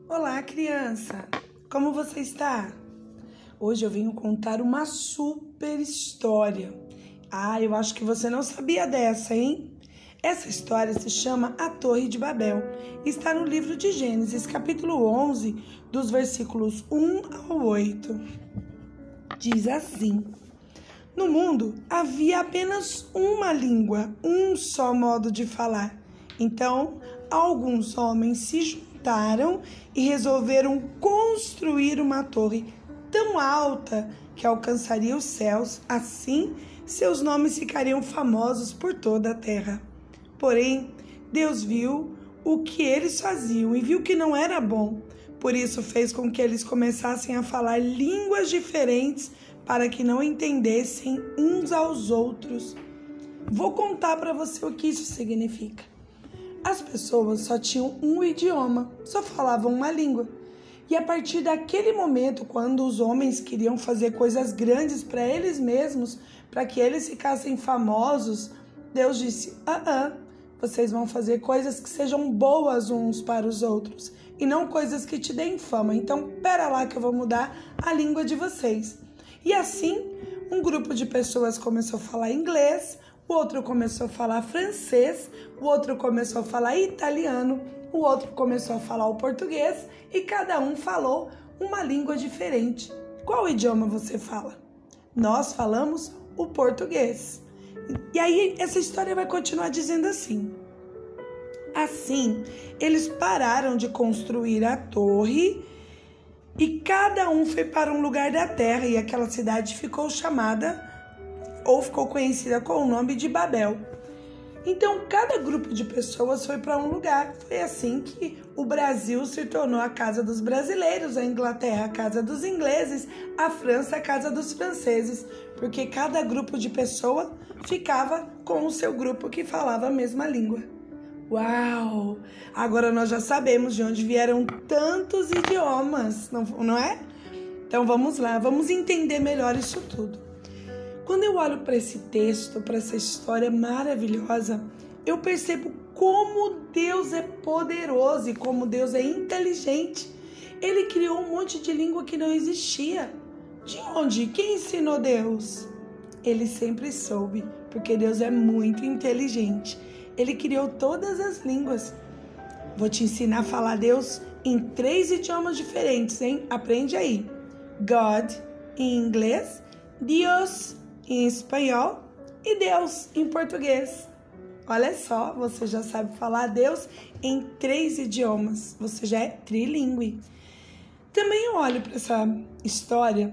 Olá, criança! Como você está? Hoje eu venho contar uma super história. Eu acho que você não sabia dessa, hein? Essa história se chama A Torre de Babel. Está no livro de Gênesis, capítulo 11, dos versículos 1 ao 8. Diz assim: No mundo havia apenas uma língua, um só modo de falar. Então, alguns homens se juntaram e resolveram construir uma torre tão alta que alcançaria os céus. Assim, seus nomes ficariam famosos por toda a terra. Porém, Deus viu o que eles faziam e viu que não era bom. Por isso, fez com que eles começassem a falar línguas diferentes para que não entendessem uns aos outros. Vou contar para você o que isso significa. As pessoas só tinham um idioma, só falavam uma língua. E a partir daquele momento, quando os homens queriam fazer coisas grandes para eles mesmos, para que eles ficassem famosos, Deus disse: vocês vão fazer coisas que sejam boas uns para os outros e não coisas que te deem fama. Então, pera lá que eu vou mudar a língua de vocês. E assim, um grupo de pessoas começou a falar inglês, o outro começou a falar francês, o outro começou a falar italiano, o outro começou a falar o português e cada um falou uma língua diferente. Qual idioma você fala? Nós falamos o português. E aí essa história vai continuar dizendo assim. Assim, eles pararam de construir a torre e cada um foi para um lugar da terra e aquela cidade ficou conhecida com o nome de Babel. Então, cada grupo de pessoas foi para um lugar. Foi assim que o Brasil se tornou a casa dos brasileiros, a Inglaterra a casa dos ingleses, a França a casa dos franceses, porque cada grupo de pessoa ficava com o seu grupo que falava a mesma língua. Uau! Agora nós já sabemos de onde vieram tantos idiomas, não é? Então vamos lá, vamos entender melhor isso tudo. Quando eu olho para esse texto, para essa história maravilhosa, eu percebo como Deus é poderoso e como Deus é inteligente. Ele criou um monte de língua que não existia. De onde? Quem ensinou Deus? Ele sempre soube, porque Deus é muito inteligente. Ele criou todas as línguas. Vou te ensinar a falar Deus em 3 idiomas diferentes, hein? Aprende aí. God em inglês, Dios em espanhol e Deus em português. Olha só, você já sabe falar Deus em 3 idiomas. Você já é trilingue. Também eu olho para essa história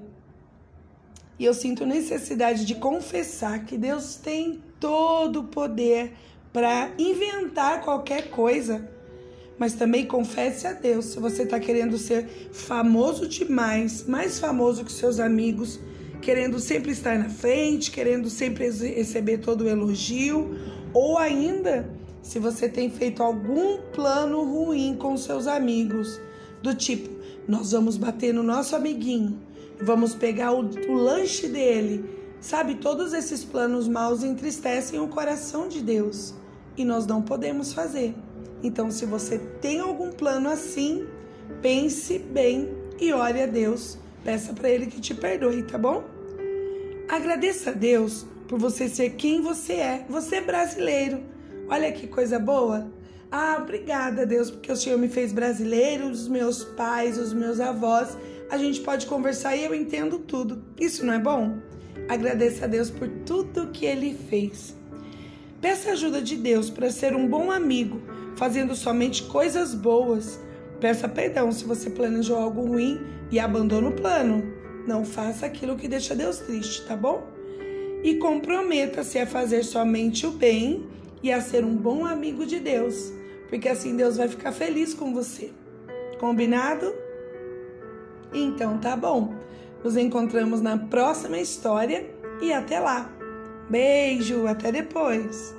e eu sinto necessidade de confessar que Deus tem todo o poder para inventar qualquer coisa. Mas também confesse a Deus, se você está querendo ser famoso demais, mais famoso que seus amigos, querendo sempre estar na frente, querendo sempre receber todo o elogio, ou ainda, se você tem feito algum plano ruim com seus amigos, do tipo, nós vamos bater no nosso amiguinho, vamos pegar o lanche dele, sabe? Todos esses planos maus entristecem o coração de Deus e nós não podemos fazer. Então, se você tem algum plano assim, pense bem e ore a Deus. Peça para Ele que te perdoe, tá bom? Agradeça a Deus por você ser quem você é. Você é brasileiro. Olha que coisa boa. Obrigada, Deus, porque o Senhor me fez brasileiro, os meus pais, os meus avós. A gente pode conversar e eu entendo tudo. Isso não é bom? Agradeça a Deus por tudo que Ele fez. Peça ajuda de Deus para ser um bom amigo, fazendo somente coisas boas. Peça perdão se você planejou algo ruim e abandona o plano. Não faça aquilo que deixa Deus triste, tá bom? E comprometa-se a fazer somente o bem e a ser um bom amigo de Deus, porque assim Deus vai ficar feliz com você. Combinado? Então tá bom. Nos encontramos na próxima história e até lá. Beijo, até depois.